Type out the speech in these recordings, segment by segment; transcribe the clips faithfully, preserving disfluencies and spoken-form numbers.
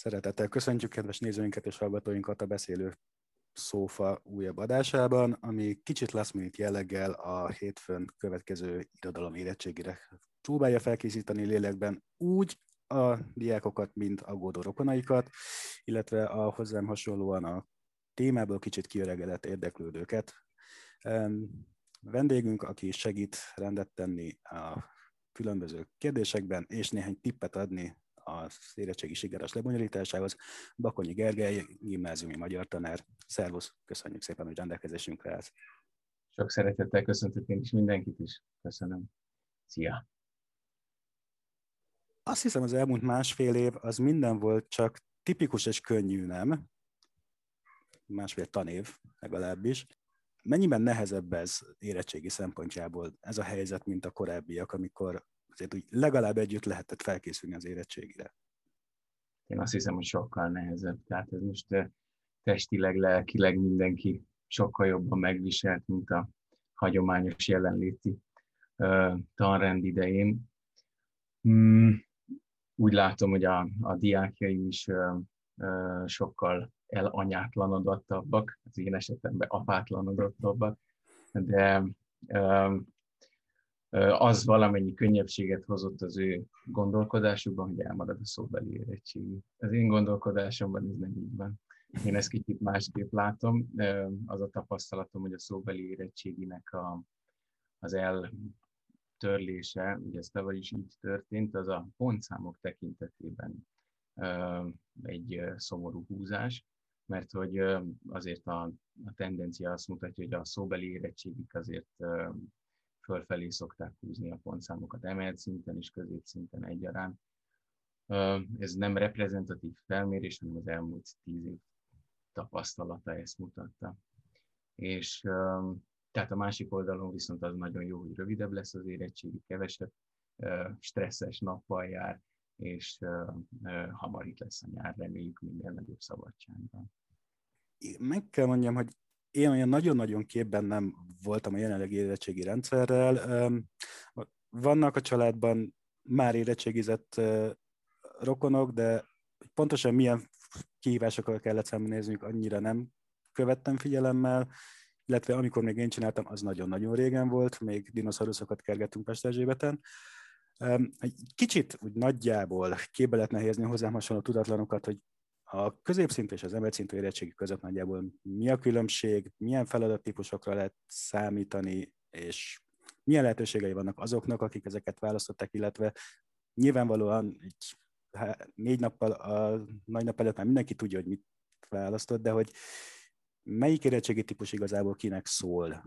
Szeretettel köszöntjük kedves nézőinket és hallgatóinkat a Beszélő Szófa újabb adásában, ami kicsit last minute jelleggel a hétfőn következő irodalom érettségére próbálja felkészíteni lélekben úgy a diákokat, mint aggódó rokonaikat, illetve a hozzám hasonlóan a témából kicsit kiöregedett érdeklődőket. Vendégünk, aki segít rendet tenni a különböző kérdésekben, és néhány tippet adni a érettségi sikeres lebonyolításához, Bakonyi Gergely, gimnáziumi magyar tanár. Szervusz, köszönjük szépen, hogy rendelkezésünkre állsz. Sok szeretettel köszöntök én is mindenkit is. Köszönöm. Szia! Azt hiszem, az elmúlt másfél év az minden volt, csak tipikus és könnyű, nem? Másfél tanév legalábbis. Mennyiben nehezebb ez érettségi szempontjából ez a helyzet, mint a korábbiak, amikor azért úgy legalább együtt lehetett felkészülni az érettségire? Én azt hiszem, hogy sokkal nehezebb. Tehát ez most testileg, lelkileg mindenki sokkal jobban megviselt, mint a hagyományos jelenléti uh, tanrend idején. Hmm, úgy látom, hogy a, a diákjaim is uh, uh, sokkal elanyátlanodottabbak, az én esetemben apátlanodottabbak, de uh, az valamennyi könnyebbséget hozott az ő gondolkodásukban, hogy elmarad a szóbeli érettségi. Az én gondolkodásomban ez nem így van. Én ezt kicsit másképp látom. Az a tapasztalatom, hogy a szóbeli érettséginek a, az eltörlése, ugye ez tavaly is így történt, az a pontszámok tekintetében egy szomorú húzás, mert hogy azért a, a tendencia azt mutatja, hogy a szóbeli érettségik azért fölfelé szokták húzni a pontszámokat emelt szinten és középszinten egyaránt. Ez nem reprezentatív felmérés, hanem az elmúlt tíz év tapasztalata ezt mutatta. És tehát a másik oldalon viszont az nagyon jó, hogy rövidebb lesz az érettségi, kevesebb stresszes nappal jár, és hamar itt lesz a nyár, reméljük minden nagyobb szabadságban. Meg kell mondjam, hogy én olyan nagyon-nagyon képben nem voltam a jelenlegi érettségi rendszerrel. Vannak a családban már érettségizett rokonok, de pontosan milyen kihívásokkal kellett szembenéznünk, annyira nem követtem figyelemmel, illetve amikor még én csináltam, az nagyon-nagyon régen volt, még dinoszauruszokat kergettünk Pesterzsébeten. Egy kicsit úgy nagyjából képbe lehetne helyezni hozzám hasonló tudatlanokat, hogy a középszint és az emelt szintű érettségi között nagyjából mi a különbség, milyen feladattípusokra lehet számítani, és milyen lehetőségei vannak azoknak, akik ezeket választották, illetve nyilvánvalóan egy négy nappal a nagy nap előtt már mindenki tudja, hogy mit választott, de hogy melyik érettségi típus igazából kinek szól?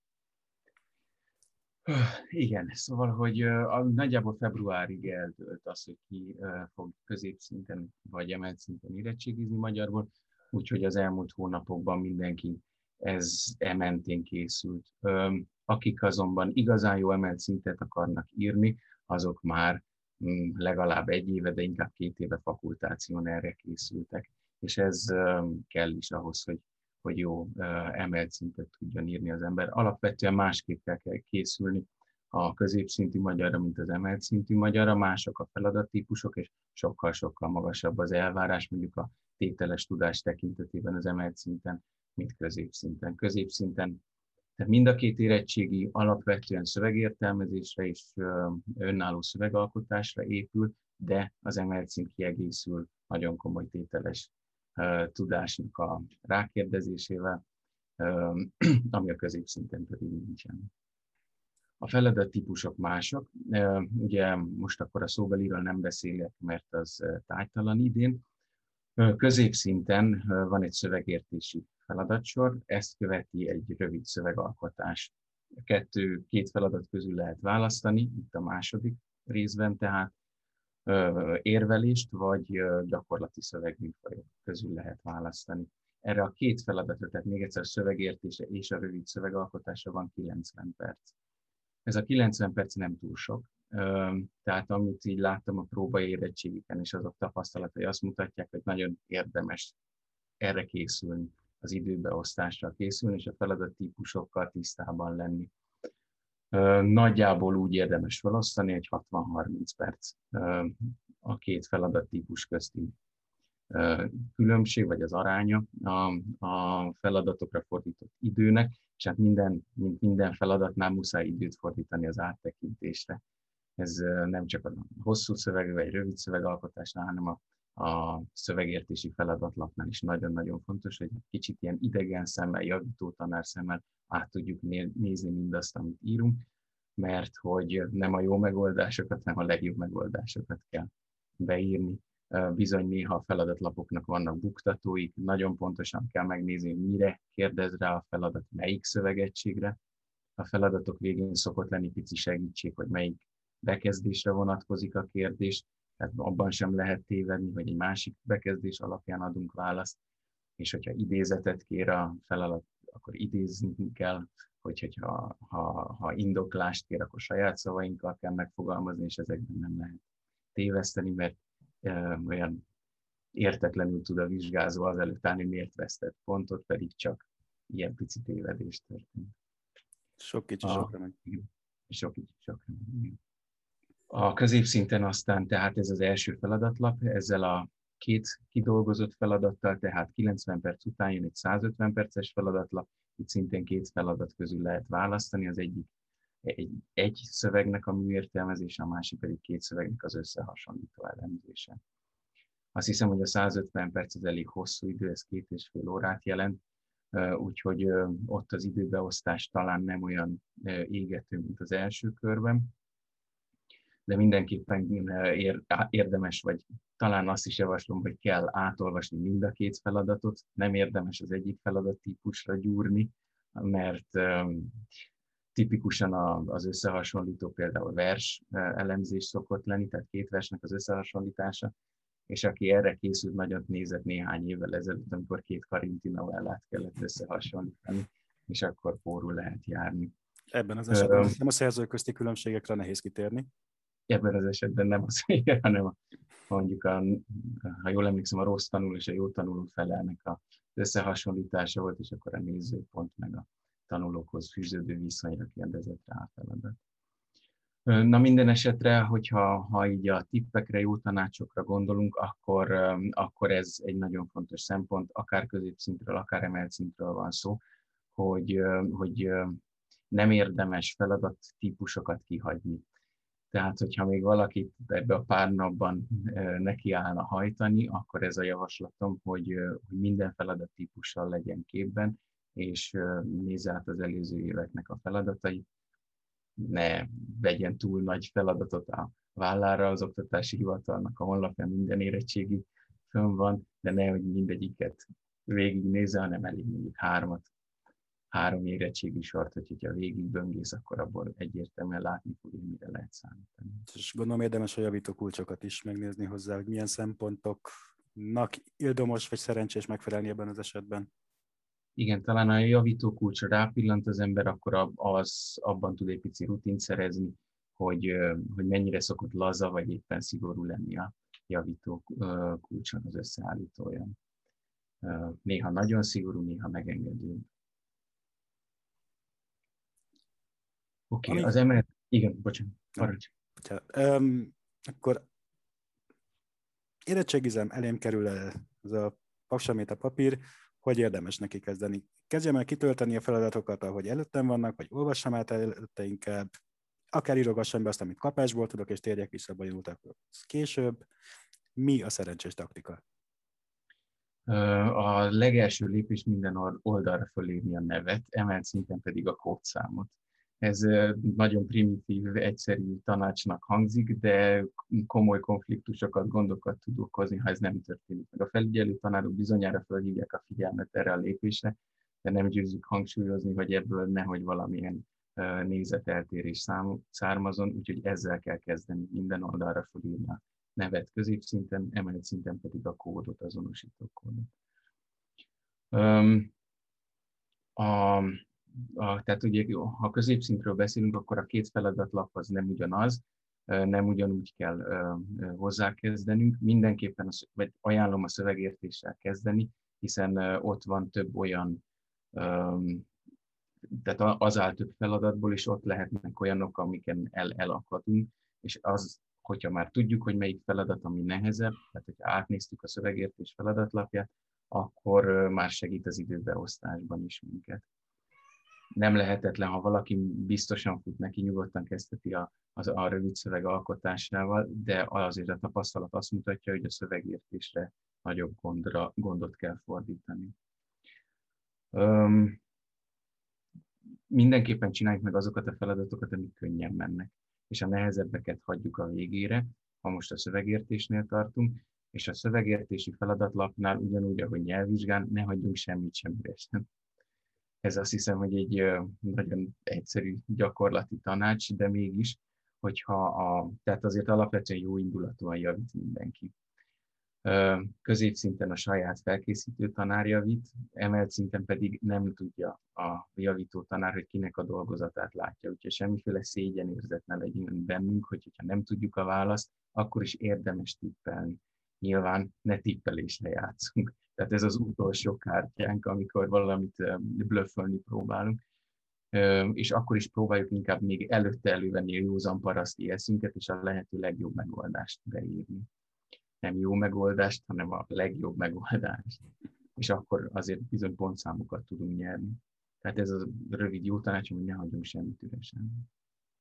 Igen, szóval, hogy uh, nagyjából februárig eldőlt az, hogy ki uh, fog középszinten vagy emelt szinten érettségizni magyarból, úgyhogy az elmúlt hónapokban mindenki ez ementén készült. Um, akik azonban igazán jó emelt szintet akarnak írni, azok már um, legalább egy éve, de inkább két éve fakultáción erre készültek. És ez um, kell is ahhoz, hogy hogy jó uh, emelt szintet tudjon írni az ember. Alapvetően másképp kell készülni a középszintű magyarra, mint az emelt szintű magyarra, mások a feladattípusok, és sokkal-sokkal magasabb az elvárás, mondjuk a tételes tudás tekintetében az emelt szinten, mint középszinten. Középszinten, tehát mind a két érettségi alapvetően szövegértelmezésre és uh, önálló szövegalkotásra épül, de az emelt szint kiegészül nagyon komoly tételes tudásnak a rákérdezésével, ami a középszinten pedig nincsen. A feladattípusok mások. Ugye most akkor a szóbeliről nem beszélek, mert az tájtalan idén. Középszinten van egy szövegértési feladatsor, ezt követi egy rövid szövegalkotás. Kettő, két feladat közül lehet választani, itt a második részben, tehát érvelést vagy gyakorlati szövegműfajok közül lehet választani. Erre a két feladatra, tehát még egyszer a szövegértése és a rövid szövegalkotása van kilencven perc. Ez a kilencven perc nem túl sok, tehát amit így láttam a próbaérettségiken és azok tapasztalatai azt mutatják, hogy nagyon érdemes erre készülni, az időbeosztásra készülni, és a feladattípusokkal tisztában lenni. Nagyjából úgy érdemes felosztani, hogy hatvan-harminc perc a két feladattípus közti különbség, vagy az aránya a, a feladatokra fordított időnek, és hát minden, mint minden feladatnál muszáj időt fordítani az áttekintésre. Ez nem csak a hosszú szöveg vagy rövid szövegalkotásnál, hanem a, a szövegértési feladatlapnál is nagyon-nagyon fontos, hogy kicsit ilyen idegen szemmel, javító tanár szemmel át tudjuk nézni mindazt, amit írunk, mert hogy nem a jó megoldásokat, hanem a legjobb megoldásokat kell beírni. Bizony néha a feladatlapoknak vannak buktatóik, nagyon pontosan kell megnézni, mire kérdez rá a feladat, melyik szövegegységre. A feladatok végén szokott lenni pici segítség, hogy melyik bekezdésre vonatkozik a kérdés, tehát abban sem lehet tévedni, hogy egy másik bekezdés alapján adunk választ, és hogyha idézetet kér a feladat, akkor idézni kell, hogy ha, ha, ha indoklást kér, akkor saját szavainkkal kell megfogalmazni, és ezekben nem lehet téveszteni, mert e, olyan értetlenül tud a vizsgázó az előtt állni, miért vesztett pontot, pedig csak ilyen pici tévedés történt. Sok kicsi, a, sok remény. Sok kicsi, sok remény. A középszinten aztán tehát ez az első feladatlap, ezzel a két kidolgozott feladattal, tehát kilencven perc után jön egy százötven perces feladatlap, itt szintén két feladat közül lehet választani, az egyik egy, egy szövegnek a műértelmezése, a másik pedig két szövegnek az összehasonlító elemzése. Azt hiszem, hogy a százötven perc az elég hosszú idő, ez két és fél órát jelent, úgyhogy ott az időbeosztás talán nem olyan égető, mint az első körben, de mindenképpen érdemes, vagy talán azt is javaslom, hogy kell átolvasni mind a két feladatot, nem érdemes az egyik feladat típusra gyúrni, mert tipikusan az összehasonlító például vers elemzés szokott lenni, tehát két versnek az összehasonlítása, és aki erre készült, nagyot nézett néhány évvel ezelőtt, amikor két Karinti novellát kellett összehasonlítani, és akkor pórul lehet járni. Ebben az esetben nem a szerzők közti különbségekre nehéz kitérni. Ebben az esetben nem az, hanem a, mondjuk, a, ha jól emlékszem, a rossz tanuló és a jó tanuló felelnek az összehasonlítása volt, és akkor a nézőpont meg a tanulókhoz fűződő viszonyra kérdezett rá a feladat. Na minden esetre, hogyha ha így a tippekre, jó tanácsokra gondolunk, akkor, akkor ez egy nagyon fontos szempont, akár középszintről, akár emelt szintről van szó, hogy, hogy nem érdemes feladat típusokat kihagyni. Tehát, hogyha még valakit ebbe a pár napban nekiállna hajtani, akkor ez a javaslatom, hogy, hogy minden feladat típussal legyen képben, és nézze át az előző éveknek a feladatait, ne vegyen túl nagy feladatot a vállára, az oktatási hivatalnak a honlapján minden érettségi fönn van, de ne, hogy mindegyiket végignézze, hanem elég mondjuk hármat, három érettségi sort, hogy hogyha végig böngész, akkor abból egyértelműen látni fog, hogy mire lehet számítani. És gondolom érdemes a javító kulcsokat is megnézni hozzá, hogy milyen szempontoknak ildomos vagy szerencsés megfelelni ebben az esetben. Igen, talán a javító kulcsra rápillant az ember, akkor az abban tud egy pici rutint szerezni, hogy, hogy mennyire szokott laza, vagy éppen szigorú lenni a javító kulcson az összeállítója. Néha nagyon szigorú, néha megengedő. Oké, okay, az emelt... Igen, bocsánat. Um, akkor érettségizem, elém kerül ez a paksaméta papír, hogy érdemes neki kezdeni. Kezdjem el kitölteni a feladatokat, ahogy előttem vannak, vagy olvassam át előtte inkább, akár írogassam be azt, amit kapásból tudok, és térjek vissza bonyolultakhoz később. Mi a szerencsés taktika? A legelső lépés minden oldalra fölírni a nevet, emelt szinten pedig a kódszámot. Ez nagyon primitív, egyszerű tanácsnak hangzik, de komoly konfliktusokat, gondokat tud okozni, ha ez nem történik meg. A felügyelő tanárok bizonyára felhívják a figyelmet erre a lépésre, de nem győzzük hangsúlyozni, hogy ebből nehogy valamilyen nézeteltérés származon, úgyhogy ezzel kell kezdeni, minden oldalra fölírni a nevet középszinten, emelt szinten pedig a kódot, azonosító kódot. A A, tehát ugye, ha középszintről beszélünk, akkor a két feladatlap az nem ugyanaz, nem ugyanúgy kell hozzákezdenünk. Mindenképpen az, vagy ajánlom a szövegértéssel kezdeni, hiszen ott van több olyan, tehát az áll több feladatból, és ott lehetnek olyanok, amiken el, elakadunk, és az, hogyha már tudjuk, hogy melyik feladat, ami nehezebb, tehát hogyha átnéztük a szövegértés feladatlapját, akkor már segít az időbeosztásban is minket. Nem lehetetlen, ha valaki biztosan fut neki, nyugodtan kezdheti a, a, a rövid szöveg alkotásával, de azért a tapasztalat azt mutatja, hogy a szövegértésre nagyobb gondra, gondot kell fordítani. Um, mindenképpen csináljuk meg azokat a feladatokat, amik könnyen mennek, és a nehezebbeket hagyjuk a végére, ha most a szövegértésnél tartunk, és a szövegértési feladatlapnál ugyanúgy, ahogy nyelvvizsgán, ne hagyjunk semmit sem üresen. Ez azt hiszem, hogy egy nagyon egyszerű gyakorlati tanács, de mégis, hogyha a, tehát azért alapvetően jó indulatúan javít mindenki. Középszinten a saját felkészítő tanár javít, emelt szinten pedig nem tudja a javító tanár, hogy kinek a dolgozatát látja. Úgyhogy semmiféle szégyenérzet ne legyen bennünk, hogy ha nem tudjuk a választ, akkor is érdemes tippelni. Nyilván ne tippelésre játszunk. Tehát ez az utolsó kártyánk, amikor valamit blöffölni próbálunk. És akkor is próbáljuk inkább még előtte elővenni a józan paraszti eszünket, és a lehető legjobb megoldást beírni. Nem jó megoldást, hanem a legjobb megoldást. És akkor azért bizony pontszámokat tudunk nyerni. Tehát ez a rövid jó tanács, hogy ne hagyjunk semmit üresen.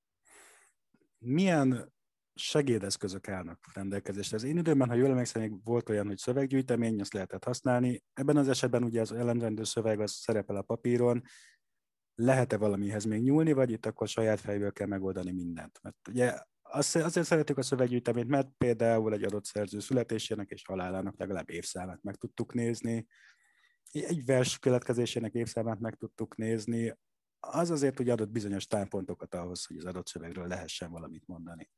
Milyen segédeszközök állnak rendelkezésre? Az én időmben, ha jól emlékszem, még volt olyan, hogy szöveggyűjtemény, azt lehetett használni. Ebben az esetben ugye az elemzendő szöveg az szerepel a papíron. Lehet-e valamihez még nyúlni, vagy itt akkor saját fejből kell megoldani mindent? Mert ugye azért szeretjük a szöveggyűjteményt, mert például egy adott szerző születésének és halálának legalább évszámát meg tudtuk nézni, egy vers keletkezésének évszámát meg tudtuk nézni, az azért ugye adott bizonyos támpontokat ahhoz, hogy az adott szövegről lehessen valamit mondani.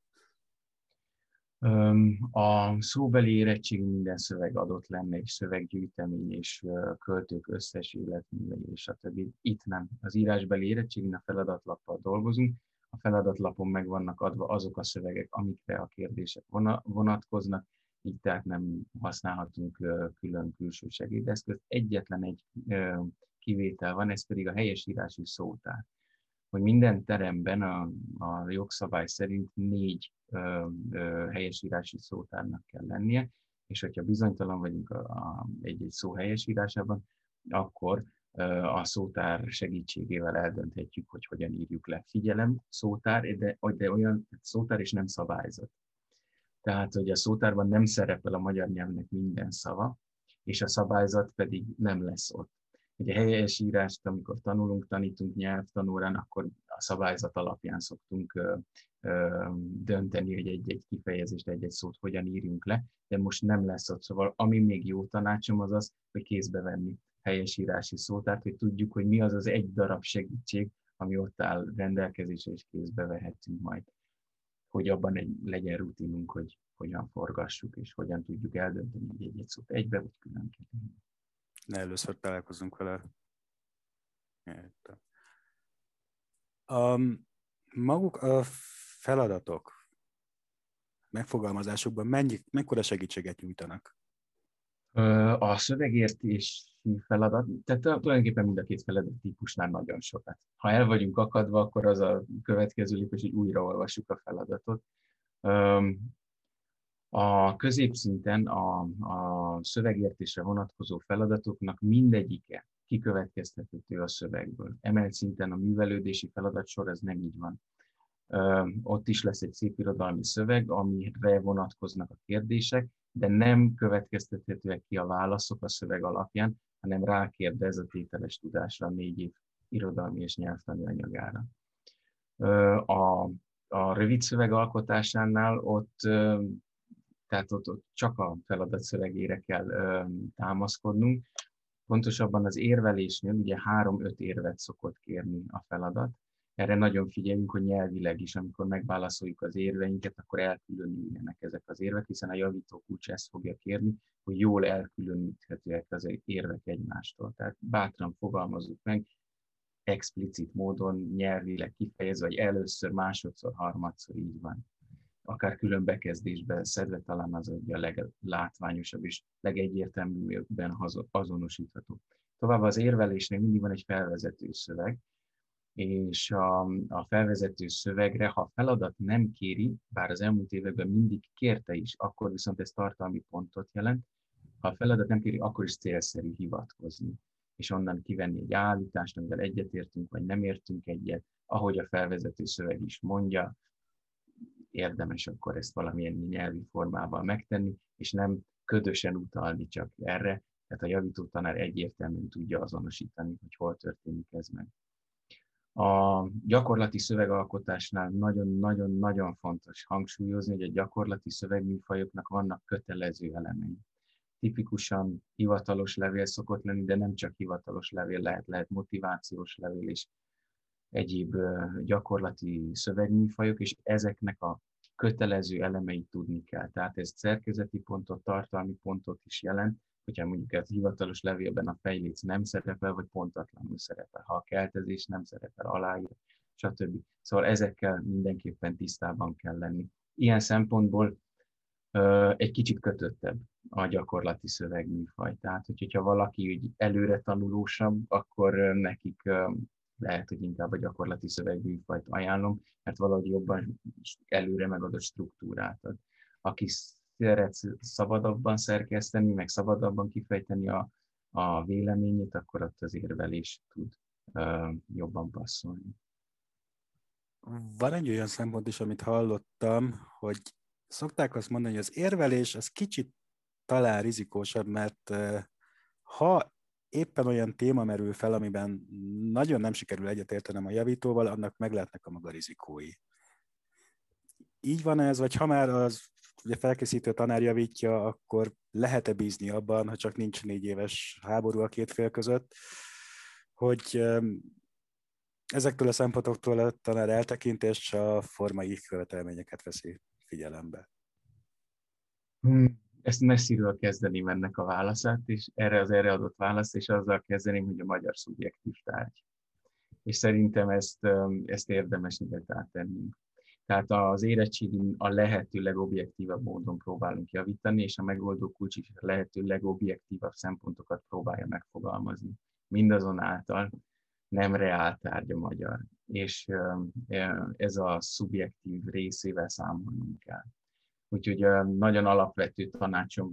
A szóbeli érettség minden szöveg adott lenne, és szöveggyűjtemény, és költők összes életműve, és a többi. Itt nem. Az írásbeli érettségén a feladatlappal dolgozunk, a feladatlapon meg vannak adva azok a szövegek, amikre a kérdések vonatkoznak, így tehát nem használhatunk külön külső segédeszközt. Egyetlen egy kivétel van, ez pedig a helyesírási szótár. Hogy minden teremben a, a jogszabály szerint négy ö, ö, helyesírási szótárnak kell lennie, és hogyha bizonytalan vagyunk a, a, egy-egy szó helyesírásában, akkor ö, a szótár segítségével eldönthetjük, hogy hogyan írjuk le. Figyelem, szótár, de, de olyan szótár és nem szabályzat. Tehát, hogy a szótárban nem szerepel a magyar nyelvnek minden szava, és a szabályzat pedig nem lesz ott. Ugye helyesírást, amikor tanulunk, tanítunk nyelvtanórán, akkor a szabályzat alapján szoktunk ö, ö, dönteni, hogy egy-egy kifejezést, egy-egy szót hogyan írjunk le, de most nem lesz ott. Szóval ami még jó tanácsom az az, hogy kézbe venni helyesírási szótárt, hogy tudjuk, hogy mi az az egy darab segítség, ami ott áll rendelkezésre, és kézbe vehetünk majd. Hogy abban egy, legyen rutinunk, hogy hogyan forgassuk, és hogyan tudjuk eldönteni, hogy egy-egy szót egybe, vagy különként. Ne először találkozunk vele. Értem. Um, maguk a feladatok megfogalmazásukban mennyi, mekkora segítséget nyújtanak? A szövegértési feladat, tehát tulajdonképpen mind a két feladat típusnál nagyon sokat. Ha el vagyunk akadva, akkor az a következő lépés, hogy újraolvassuk a feladatot. A középszinten a, a szövegértésre vonatkozó feladatoknak mindegyike kikövetkeztethető a szövegből. Emelt szinten a művelődési feladatsor, ez nem így van. Ö, ott is lesz egy szép irodalmi szöveg, amire vonatkoznak a kérdések, de nem következtethetőek ki a válaszok a szöveg alapján, hanem rákérdez a tételes tudásra a négy év irodalmi és nyelvtani anyagára. Ö, a, a rövid szöveg alkotásánál ott tehát ott, ott csak a feladat szövegére kell ö, támaszkodnunk. Pontosabban az érvelésnél ugye három-öt érvet szokott kérni a feladat. Erre nagyon figyelünk, hogy nyelvileg is, amikor megválaszoljuk az érveinket, akkor elkülönüljenek ezek az érvek, hiszen a javító kulcs ezt fogja kérni, hogy jól elkülöníthetőek az érvek egymástól. Tehát bátran fogalmazzuk meg, explicit módon, nyelvileg kifejezve, vagy először, másodszor, harmadszor így van. Akár külön bekezdésben szedve, talán az a leglátványosabb és legegyértelműbben azonosítható. Tovább az érvelésnél mindig van egy felvezető szöveg, és a, a felvezető szövegre, ha a feladat nem kéri, bár az elmúlt években mindig kérte is, akkor viszont ez tartalmi pontot jelent, ha a feladat nem kéri, akkor is célszerű hivatkozni, és onnan kivenni egy állítást, amivel egyetértünk, vagy nem értünk egyet, ahogy a felvezető szöveg is mondja, érdemes akkor ezt valamilyen nyelvi formával megtenni, és nem ködösen utalni csak erre, tehát a javító tanár egyértelműen tudja azonosítani, hogy hol történik ez meg. A gyakorlati szövegalkotásnál nagyon-nagyon-nagyon fontos hangsúlyozni, hogy a gyakorlati szövegműfajoknak vannak kötelező elemei. Tipikusan hivatalos levél szokott lenni, de nem csak hivatalos levél, lehet, lehet motivációs levél és egyéb gyakorlati szövegműfajok, és ezeknek a kötelező elemeit tudni kell. Tehát ez szerkezeti pontot, tartalmi pontot is jelent, hogyha mondjuk a hivatalos levélben a fejléc nem szerepel, vagy pontatlanul szerepel, ha a keltezés nem szerepel, aláír, stb. Szóval ezekkel mindenképpen tisztában kell lenni. Ilyen szempontból uh, egy kicsit kötöttebb a gyakorlati szövegműfaj. Tehát, hogyha valaki úgy előre tanulósabb, akkor nekik uh, lehet, hogy inkább a gyakorlati szövegműfajt ajánlom, mert valahogy jobban előre megadott struktúrát ad. Aki szeret szabadabban szerkeszteni, meg szabadabban kifejteni a, a véleményét, akkor ott az érvelés tud uh, jobban passzolni. Van egy olyan szempont is, amit hallottam, hogy szokták azt mondani, hogy az érvelés az kicsit talán rizikósabb, mert uh, ha éppen olyan téma merül fel, amiben nagyon nem sikerül egyetértenem a javítóval, annak meg lehetnek a maga rizikói. Így van ez, vagy ha már az ugye felkészítő tanár javítja, akkor lehet-e bízni abban, ha csak nincs négy éves háború a két fél között, hogy ezektől a szempontoktól a tanár eltekint, és a formai követelményeket veszi figyelembe? Hmm. Ezt messziről kezdeném ennek a válaszát, és erre az erre adott választ, és azzal kezdeném, hogy a magyar szubjektív tárgy. És szerintem ezt, ezt érdemes nyilván tennünk. Tehát az érettségin a lehető legobjektívabb módon próbálunk javítani, és a megoldó kulcs is a lehető legobjektívabb szempontokat próbálja megfogalmazni. Mindazonáltal nem reál tárgy a magyar, és ez a szubjektív részével számolnunk kell. Úgyhogy nagyon alapvető tanácsom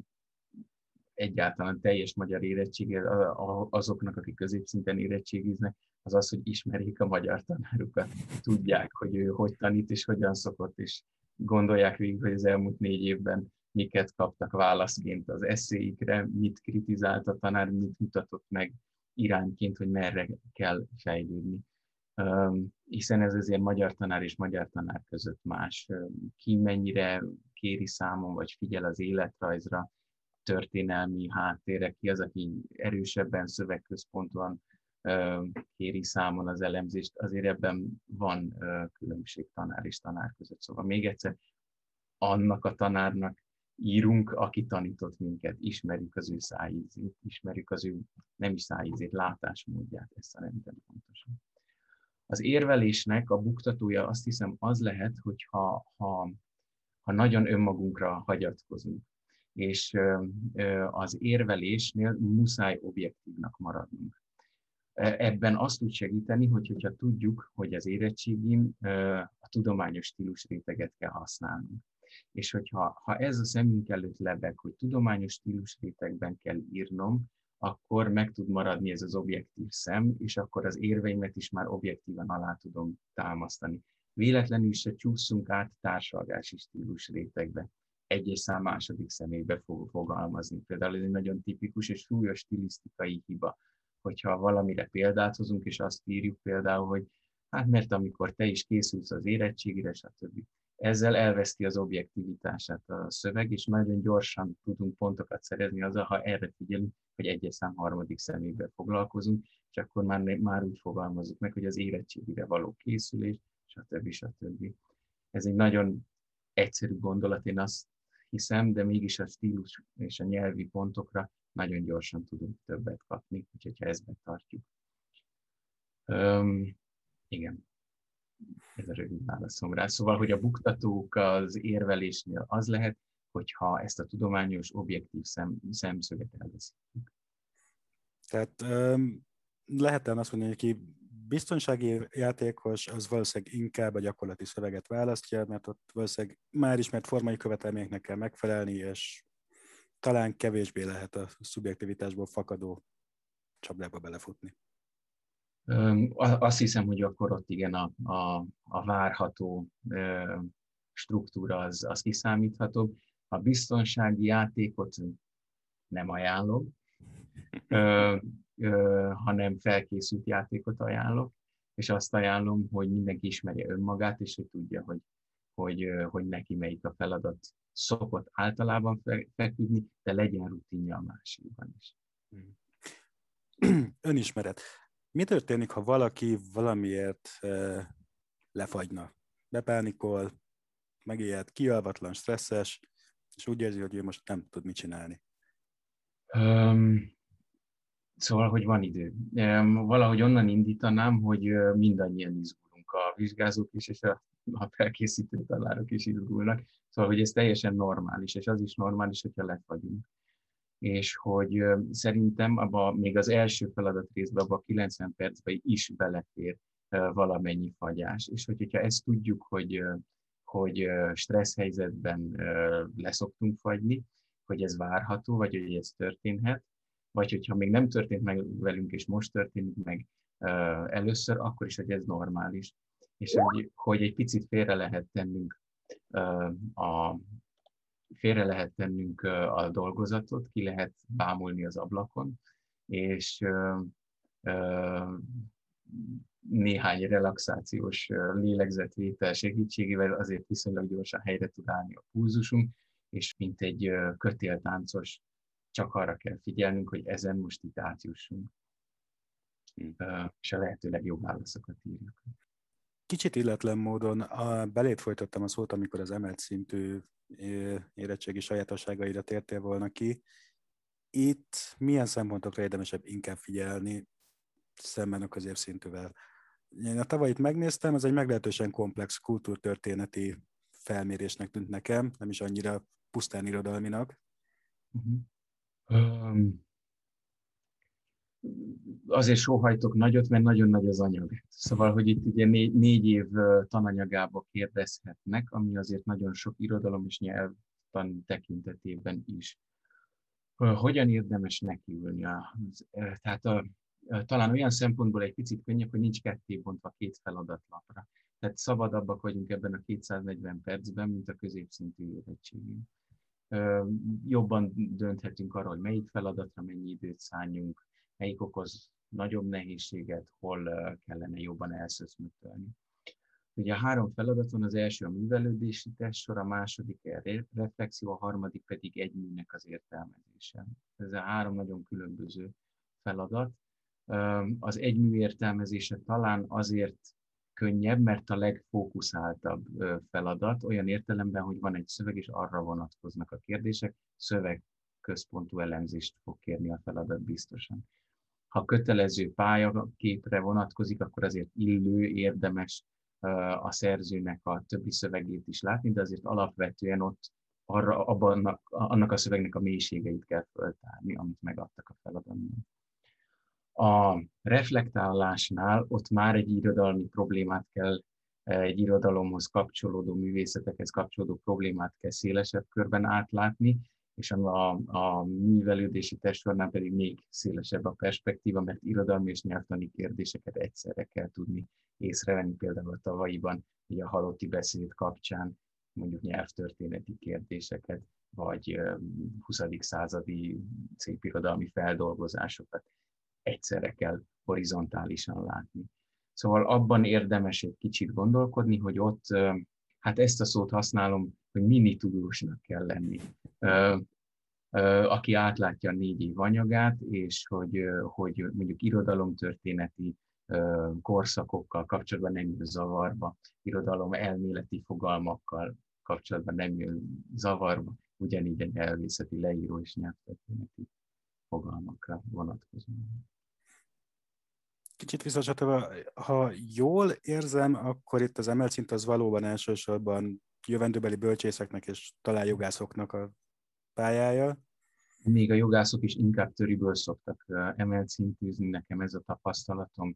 egyáltalán teljes magyar érettségi azoknak, akik középszinten érettségiznek, az az, hogy ismerjék a magyar tanárukat. Tudják, hogy ő hogy tanít és hogyan szokott, és gondolják végig, hogy az elmúlt négy évben miket kaptak válaszként az esszéikre, mit kritizált a tanár, mit mutatott meg irányként, hogy merre kell fejlődni. Um, hiszen ez azért magyar tanár és magyar tanár között más. Ki mennyire kéri számon, vagy figyel az életrajzra, történelmi háttérre, ki az, aki erősebben szövegközpontban um, kéri számon az elemzést, azért ebben van uh, különbség tanár és tanár között. Szóval még egyszer, annak a tanárnak írunk, aki tanított minket, ismerjük az ő szájízét, ismerjük az ő nem is szájízét, látásmódját, ez szerintem fontos. Az érvelésnek a buktatója azt hiszem az lehet, hogyha ha, ha nagyon önmagunkra hagyatkozunk. És az érvelésnél muszáj objektívnak maradnunk. Ebben azt tud segíteni, hogy, hogyha tudjuk, hogy az érettségin a tudományos stílusréteget kell használnunk. És hogyha ha ez a szemünk előtt lebeg, hogy tudományos stílusrétegben kell írnom, akkor meg tud maradni ez az objektív szem, és akkor az érveimet is már objektíven alá tudom támasztani. Véletlenül se csúszunk át társalgási stílus rétegbe. Egyes szám második személybe fog fogalmazni. Például ez egy nagyon tipikus és súlyos stilisztikai hiba, hogyha valamire példát hozunk, és azt írjuk például, hogy hát mert amikor te is készülsz az érettségire, stb. Ezzel elveszti az objektivitását a szöveg, és nagyon gyorsan tudunk pontokat szerezni azzal, ha erre figyelünk, hogy egyes szám harmadik személyben foglalkozunk, és akkor már, már úgy fogalmazunk meg, hogy az érettségire való készülés, stb. stb. Ez egy nagyon egyszerű gondolat, én azt hiszem, de mégis a stílus és a nyelvi pontokra nagyon gyorsan tudunk többet kapni, úgyhogy ha ezt betartjuk. Um, igen. Ez a rövid válaszom rá. Szóval, hogy a buktatók az érvelésnél az lehet, hogyha ezt a tudományos, objektív szem, szemszöget elveszítjük. Tehát um, lehet azt mondani, hogy aki biztonsági játékos az valószínűleg inkább a gyakorlati szöveget választja, mert ott valószínűleg már ismert formai követelményeknek kell megfelelni, és talán kevésbé lehet a szubjektivitásból fakadó csapdába belefutni. Azt hiszem, hogy akkor ott igen a, a, a várható struktúra az, az kiszámítható. A biztonsági játékot nem ajánlom, ö, ö, hanem felkészült játékot ajánlok, és azt ajánlom, hogy mindenki ismerje önmagát, és hogy tudja, hogy, hogy, hogy neki melyik a feladat szokott általában feküdni, de legyen rutinja a másikban is. Önismeret. Mi történik, ha valaki valamiért uh, lefagyna? Bepánikol, megijed, kialvatlan, stresszes, és úgy érzi, hogy ő most nem tud mit csinálni. Um, szóval, hogy van idő. Um, valahogy onnan indítanám, hogy uh, mindannyian izgulunk, a vizsgázók is, és a, a felkészítő tanárok is izgulnak. Szóval, hogy ez teljesen normális, és az is normális, hogyha lefagyunk. És hogy uh, szerintem abba, még az első feladat részben, abban a kilencven percben is belefér uh, valamennyi fagyás. És hogy, hogyha ezt tudjuk, hogy uh, hogy stressz helyzetben leszoktunk fagyni, hogy ez várható, vagy hogy ez történhet, vagy hogyha még nem történt meg velünk, és most történik meg először, akkor is, hogy ez normális. És hogy, hogy egy picit félre lehet tennünk a, félre lehet tennünk a dolgozatot, ki lehet bámulni az ablakon, és néhány relaxációs lélegzetvétel segítségével azért viszonylag gyorsan helyre tud állni a pulzusunk, és mint egy kötéltáncos csak arra kell figyelnünk, hogy ezen most itt átjussunk, és a lehető legjobb válaszokat írjuk. Kicsit illetlen módon a, belét folytattam a szót, amikor az emelt szintű érettségi sajátosságaira tértél volna ki. Itt milyen szempontokra érdemesebb inkább figyelni szemben a középszintűvel? Én a tavalyit megnéztem, ez egy meglehetősen komplex kultúrtörténeti felmérésnek tűnt nekem, nem is annyira pusztán irodalminak. Uh-huh. Um, azért sóhajtok nagyot, mert nagyon nagy az anyag. Szóval, hogy itt ugye négy, négy év tananyagába kérdezhetnek, ami azért nagyon sok irodalom és nyelvtan tekintetében is. Hogyan érdemes nekiülni? Tehát a, talán olyan szempontból egy picit könnyebb, hogy nincs ketté bontva két feladatlapra. Tehát szabadabbak vagyunk ebben a kétszáznegyven percben, mint a középszintű érettségén. Jobban dönthetünk arról, hogy melyik feladatra mennyi időt szálljunk, melyik okoz nagyobb nehézséget, hol kellene jobban elszöszmötölni. Ugye a három feladaton az első a művelődési testsor, a második a reflexió, a harmadik pedig egy műnek az értelmezése. Ez a három nagyon különböző feladat. Az egy mű értelmezése talán azért könnyebb, mert a legfókuszáltabb feladat, olyan értelemben, hogy van egy szöveg, és arra vonatkoznak a kérdések, szövegközpontú elemzést fog kérni a feladat biztosan. Ha kötelező pályaképre vonatkozik, akkor azért illő, érdemes a szerzőnek a többi szövegét is látni, de azért alapvetően ott arra, abban, annak a szövegnek a mélységeit kell föltárni, amit megadtak a feladatban. A reflektálásnál ott már egy irodalmi problémát kell, egy irodalomhoz kapcsolódó, művészetekhez kapcsolódó problémát kell szélesebb körben átlátni, és a, a művelődési testsornál pedig még szélesebb a perspektíva, mert irodalmi és nyelvtani kérdéseket egyszerre kell tudni észrevenni, például a tavalyiban, ugye a halotti beszéd kapcsán, mondjuk nyelvtörténeti kérdéseket, vagy huszadik századi szépirodalmi feldolgozásokat egyszerre kell horizontálisan látni. Szóval abban érdemes egy kicsit gondolkodni, hogy ott, hát ezt a szót használom, hogy mini tudósnak kell lenni. Aki átlátja a négy év anyagát, és hogy, hogy mondjuk irodalomtörténeti korszakokkal kapcsolatban nem jön zavarba, irodalom elméleti fogalmakkal kapcsolatban nem jön zavarba, ugyanígy egy elvészeti leíró és nyelvtörténeti fogalmakra vonatkozóan. Kicsit visszacsatolva, ha jól érzem, akkor itt az emelt szint az valóban elsősorban jövendőbeli bölcsészeknek és talán jogászoknak a pályája. Még a jogászok is inkább töriből szoktak emelt szintűzni, nekem ez a tapasztalatom.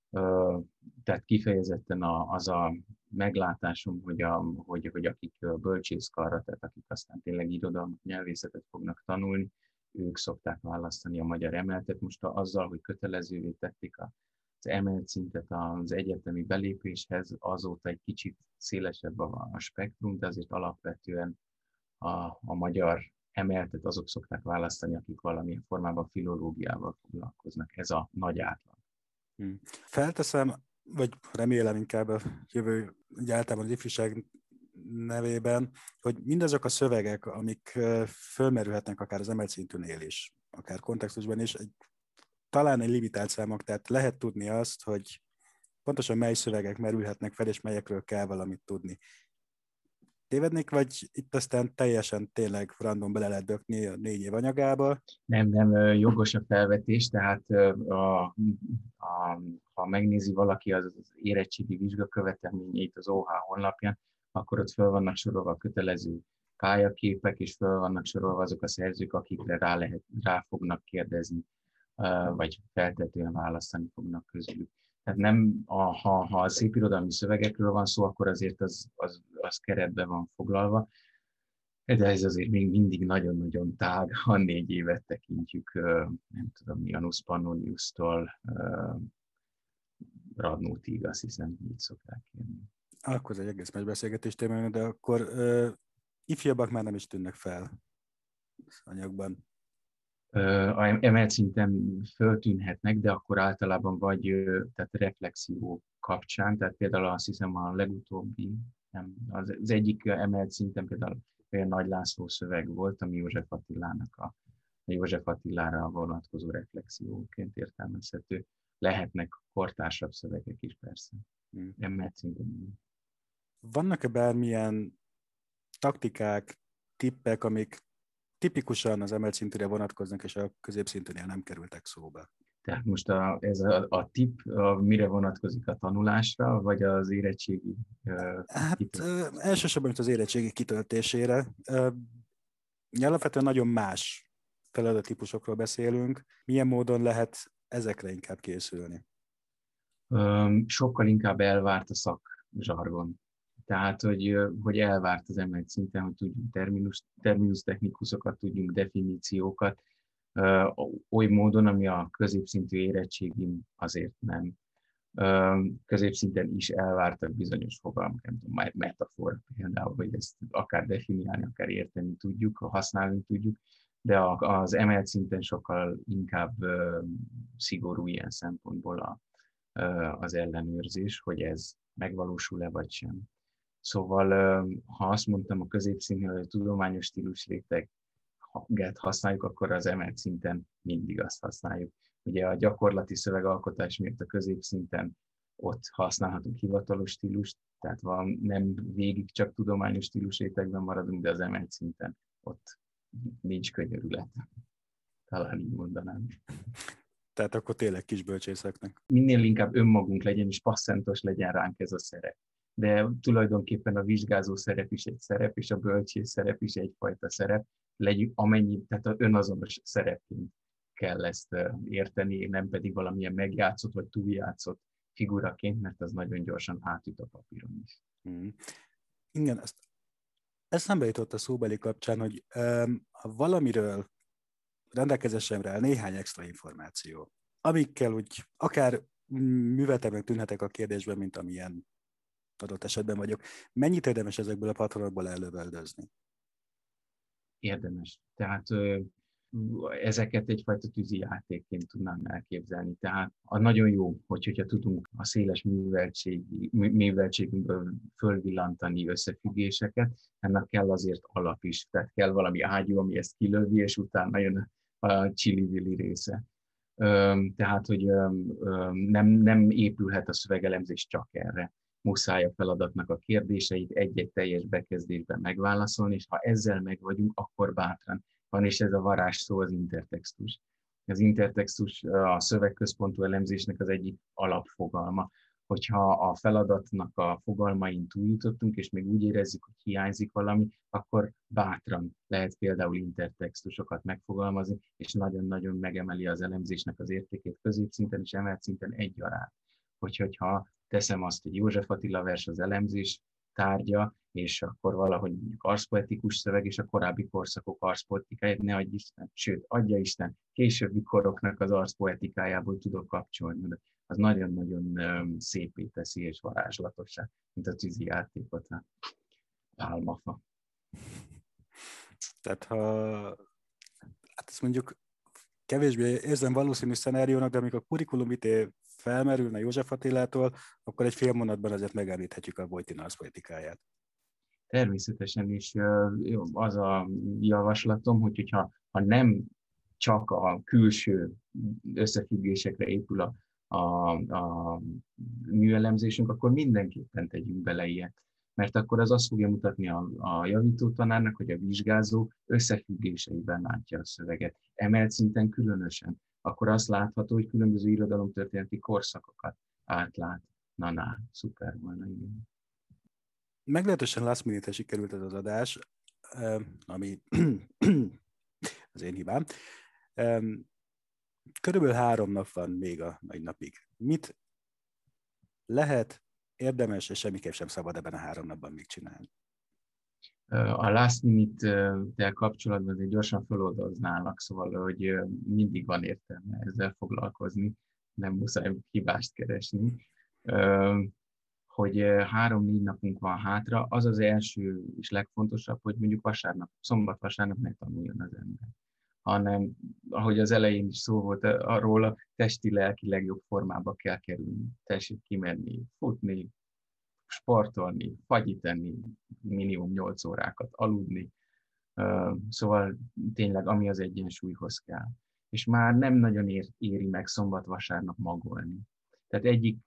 Tehát kifejezetten az a meglátásom, hogy, a, hogy, hogy akik bölcsészkarra, tehát akik aztán tényleg irodalmat, nyelvészetet fognak tanulni, ők szokták választani a magyar emeltet. Most azzal, hogy kötelezővé tették az emelt szintet az egyetemi belépéshez, azóta egy kicsit szélesebb a, a spektrum, de azért alapvetően a, a magyar emeltet azok szokták választani, akik valamilyen formában filológiával foglalkoznak. Ez a nagy átlag. Hmm. Felteszem, vagy remélem inkább a jövő, ugye általában az ifjúság nevében, hogy mindazok a szövegek, amik fölmerülhetnek akár az emelt szintűnél is, akár kontextusban is, egy, talán egy limitált számok, tehát lehet tudni azt, hogy pontosan mely szövegek merülhetnek fel, és melyekről kell valamit tudni. Tévednék, vagy itt aztán teljesen tényleg random bele lehet bökni a négy év anyagába? Nem, nem, jogos a felvetés, tehát a, a, ha megnézi valaki az, az érettségi vizsgakövetelményeit az o há honlapján, akkor ott föl vannak sorolva a kötelező pályaképek, és föl vannak sorolva azok a szerzők, akikre rá, lehet, rá fognak kérdezni, vagy feltetően választani fognak közülük. Tehát nem, a, ha, ha a szépirodalmi szövegekről van szó, akkor azért az, az, az keretben van foglalva, de ez azért még mindig nagyon-nagyon tág, ha négy évet tekintjük, nem tudom, Janus Pannoniustól Radnótig, azt hiszem, így szokták kérni. Akkor ez egy egész más beszélgetés témája, de akkor uh, ifjabbak már nem is tűnnek fel az anyagban. A emelt szinten föltűnhetnek, de akkor általában vagy tehát reflexió kapcsán, tehát például azt hiszem a legutóbbi, nem, az, az egyik emelt szinten például olyan Nagy László szöveg volt, ami József Attilának a, a József Attilára vonatkozó reflexióként értelmezhető. Lehetnek kortársabb szövegek is persze. Hmm. Emelt szinten. Vannak-e bármilyen taktikák, tippek, amik tipikusan az emelt szintűre vonatkoznak, és a középszintűnél nem kerültek szóba? Tehát most a, ez a, a tipp, a, mire vonatkozik, a tanulásra, vagy az érettségi? Uh, hát uh, elsősorban az érettségi kitöltésére. Uh, alapvetően nagyon más feladattípusokról beszélünk. Milyen módon lehet ezekre inkább készülni? Um, sokkal inkább elvárt a szakzsargon. Tehát, hogy, hogy elvárt az emelt szinten, hogy tudjunk terminus, terminus technikuszokat, tudjunk definíciókat, oly módon, ami a középszintű érettségin azért nem. Középszinten is elvártak bizonyos fogalmak, nem tudom, metafora például, hogy ezt akár definiálni, akár érteni tudjuk, használni tudjuk, de az emelt szinten sokkal inkább szigorú ilyen szempontból az ellenőrzés, hogy ez megvalósul-e vagy sem. Szóval, ha azt mondtam a középszintnél, hogy a tudományos stílus réteget használjuk, akkor az emelt szinten mindig azt használjuk. Ugye a gyakorlati szövegalkotás miatt a középszinten ott használhatunk hivatalos stílust, tehát van, nem végig csak tudományos stílus rétegben maradunk, de az emelt szinten ott nincs könyörület. Talán így mondanám. Tehát akkor tényleg kis bölcsészeknek. Minél inkább önmagunk legyen, és passzentos legyen ránk ez a szerep. De tulajdonképpen a vizsgázó szerep is egy szerep, és a bölcsész szerep is egyfajta szerep, legyünk amennyi, tehát az önazonos szerepként kell ezt érteni, nem pedig valamilyen megjátszott vagy túljátszott figuraként, mert az nagyon gyorsan átüt a papíron is. Hmm. Igen, ezt eszembe jutott a szóbeli kapcsán, hogy um, ha valamiről rendelkezésemre áll néhány extra információ, amikkel úgy akár műveltebbnek tűnhetek a kérdésben, mint amilyen adott esetben vagyok. Mennyit érdemes ezekből a patronokból ellövöldözni? Érdemes. Tehát ö, ezeket egyfajta tűzi játékként tudnám elképzelni. Tehát a nagyon jó, hogy, hogyha tudunk a széles műveltségi, műveltségünkből fölvillantani összefüggéseket, ennek kell azért alap is. Tehát kell valami ágyú, ami ezt kilövi, és utána jön a csili-vili része. Ö, tehát, hogy ö, ö, nem, nem épülhet a szövegelemzés csak erre. Muszáj a feladatnak a kérdéseit egy-egy teljes bekezdésben megválaszolni, és ha ezzel meg vagyunk, akkor bátran. Van is ez a varázsszó, az intertextus. Az intertextus a szövegközpontú elemzésnek az egyik alapfogalma. Hogyha a feladatnak a fogalmain túljutottunk, és még úgy érezzük, hogy hiányzik valami, akkor bátran lehet például intertextusokat megfogalmazni, és nagyon-nagyon megemeli az elemzésnek az értékét középszinten és emelt szinten egyaránt. hogy ha teszem azt, hogy József Attila vers az elemzés tárgya, és akkor valahogy mondjuk arszpoetikus szöveg, és a korábbi korszakok arszpoetikáját ne adj Isten, sőt, adja Isten, későbbi koroknak az arszpoetikájából tudok kapcsolni. De az nagyon-nagyon szépé teszi és varázslatossá, mint a tűzi játékot, a pálmafa. Tehát ha, hát ezt mondjuk kevésbé érzem valószínű szenáriónak, de amikor a curriculum vitae felmerülne József Attilától, akkor egy fél mondatban azért megemlíthetjük a Wojtyla arszpoetikáját. Természetesen is az a javaslatom, hogy hogyha, ha nem csak a külső összefüggésekre épül a, a, a műelemzésünk, akkor mindenképpen tegyünk bele ilyet. Mert akkor az azt fogja mutatni a, a javító tanárnak, hogy a vizsgázó összefüggéseiben látja a szöveget. Emelt szinten különösen. Akkor azt látható, hogy különböző irodalomtörténeti korszakokat átlát. Na-na, szuper volna, igen. Meglehetősen last minute-re sikerült ez az adás, ami az én hibám. Körülbelül három nap van még a nagy napig. Mit lehet, érdemes, és semmiképp sem szabad ebben a három napban még csinálni? A last minute-tel kapcsolatban azért gyorsan feloldoználak, szóval, hogy mindig van értelme ezzel foglalkozni, nem muszáj hibást keresni. Hogy három-négy napunk van hátra, az az első és legfontosabb, hogy mondjuk vasárnap, szombat-vasárnap ne tanuljon az ember. Hanem, ahogy az elején is szó volt arról, a testi-lelki legjobb formába kell kerülni. Tessék kimenni, futni, sportolni, fagyit enni, minimum nyolc órákat aludni. Szóval tényleg, ami az egyensúlyhoz kell. És már nem nagyon ér, éri meg szombat-vasárnap magolni. Tehát egyik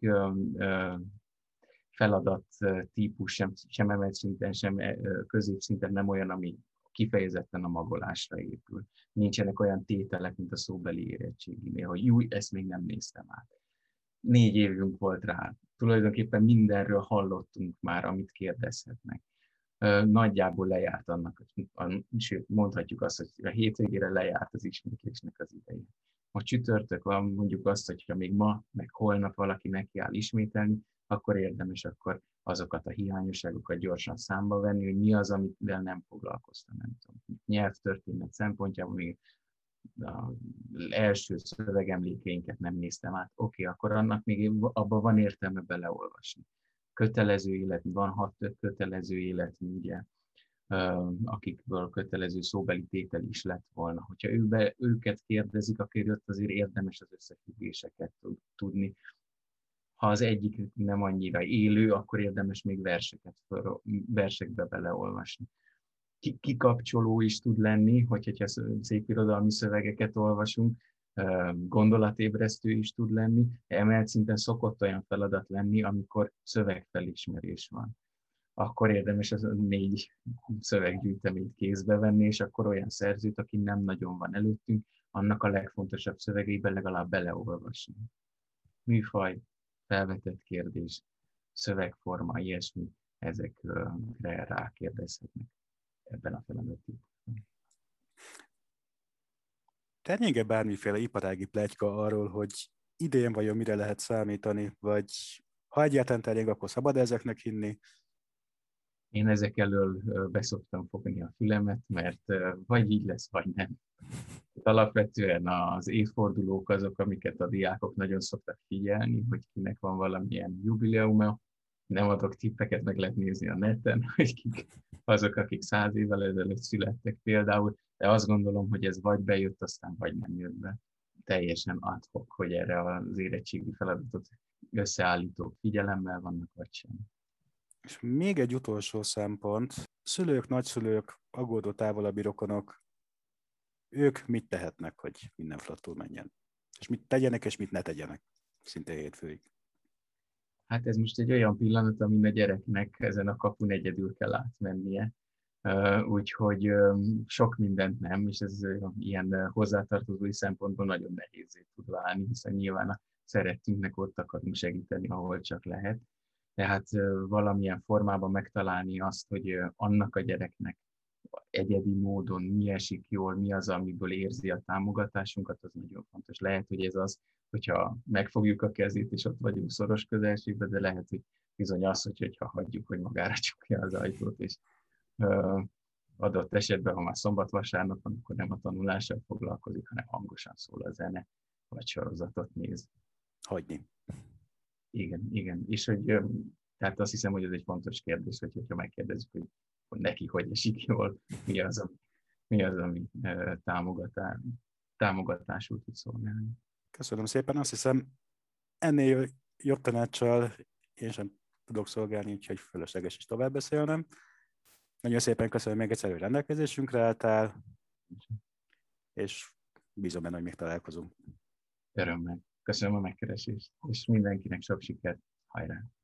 feladat típus sem, sem emelt szinten, sem középszinten nem olyan, ami kifejezetten a magolásra épül. Nincsenek olyan tételek, mint a szóbeli érettséginél, hogy jó, ezt még nem néztem át. Négy évünk volt rá. Tulajdonképpen mindenről hallottunk már, amit kérdezhetnek. Nagyjából lejárt annak, sőt, mondhatjuk azt, hogy a hétvégére lejárt az ismétlésnek az ideje. Ha csütörtök van, mondjuk azt, hogyha még ma, meg holnap valaki nekiáll ismételni, akkor érdemes akkor azokat a hiányosságokat gyorsan számba venni, hogy mi az, amivel nem foglalkoztam, nem tudom. Nyelvtörténet szempontjából még az első szövegemlékeinket nem néztem át. Oké, okay, akkor annak még abban van értelme beleolvasni. Kötelező életmű, van hat kötelező életmű, ugye, akikből kötelező szóbeli tétel is lett volna. Hogyha őbe, őket kérdezik, akkor ott azért érdemes az összefüggéseket tudni. Ha az egyik nem annyira élő, akkor érdemes még verseket föl, versekbe beleolvasni. Kikapcsoló is tud lenni, hogyha szép irodalmi szövegeket olvasunk, gondolatébresztő is tud lenni, emelt szinten szokott olyan feladat lenni, amikor szövegfelismerés van. Akkor érdemes az négy szöveggyűjteményt kézbe venni, és akkor olyan szerzőt, aki nem nagyon van előttünk, annak a legfontosabb szövegeiben legalább beleolvasni. Műfaj, felvetett kérdés, szövegforma, ilyesmi, ezekre rákérdezhetnek ebben a feladatban. Terjeng-e bármiféle iparági pletyka arról, hogy idén vajon mire lehet számítani, vagy ha egyáltalán terjeng, akkor szabad ezeknek hinni? Én ezek elől beszoktam fogni a fülemet, mert vagy így lesz, vagy nem. Alapvetően az évfordulók azok, amiket a diákok nagyon szoktak figyelni, hogy kinek van valamilyen jubileuma. Nem adok tippeket, meg lehet nézni a neten, hogy kik azok, akik száz évvel ezelőtt születtek például, de azt gondolom, hogy ez vagy bejött, aztán vagy nem jött be. Teljesen ad hoc, hogy erre az érettségi feladatot összeállítók figyelemmel vannak, vagy sem. És még egy utolsó szempont, szülők, nagyszülők, aggódó távolabbi rokonok, ők mit tehetnek, hogy minden flottul menjen? És mit tegyenek, és mit ne tegyenek szinte hétfőig? Hát ez most egy olyan pillanat, amin a gyereknek ezen a kapun egyedül kell átmennie. Úgyhogy sok mindent nem, és ez ilyen hozzátartozói szempontból nagyon nehézé tud válni, hiszen nyilván a szerettünknek ott akarunk segíteni, ahol csak lehet. Tehát valamilyen formában megtalálni azt, hogy annak a gyereknek egyedi módon mi esik jól, mi az, amiből érzi a támogatásunkat, az nagyon fontos. Lehet, hogy ez az, hogyha megfogjuk a kezét, és ott vagyunk szoros közelségben, de lehet, hogy bizony az, hogyha hagyjuk, hogy magára csukja az ajtót, és uh, adott esetben, ha már szombat-vasárnap van, akkor nem a tanulással foglalkozik, hanem hangosan szól a zene, vagy sorozatot néz. Hagyni. Igen, igen. És hogy, tehát azt hiszem, hogy ez egy fontos kérdés, hogy, hogyha megkérdezzük, hogy, hogy neki hogy esik jól, mi az, ami, mi az, ami támogatás, támogatásul tud szolgálni. Köszönöm szépen. Azt hiszem, ennél jobb tanácssal én sem tudok szolgálni, úgyhogy fölösleges is tovább beszélnem. Nagyon szépen köszönöm még egyszer, hogy rendelkezésünkre álltál, és bízom benne, hogy még találkozunk. Örömmel. Köszönöm a megkeresést, és mindenkinek sok sikert. Hajrá!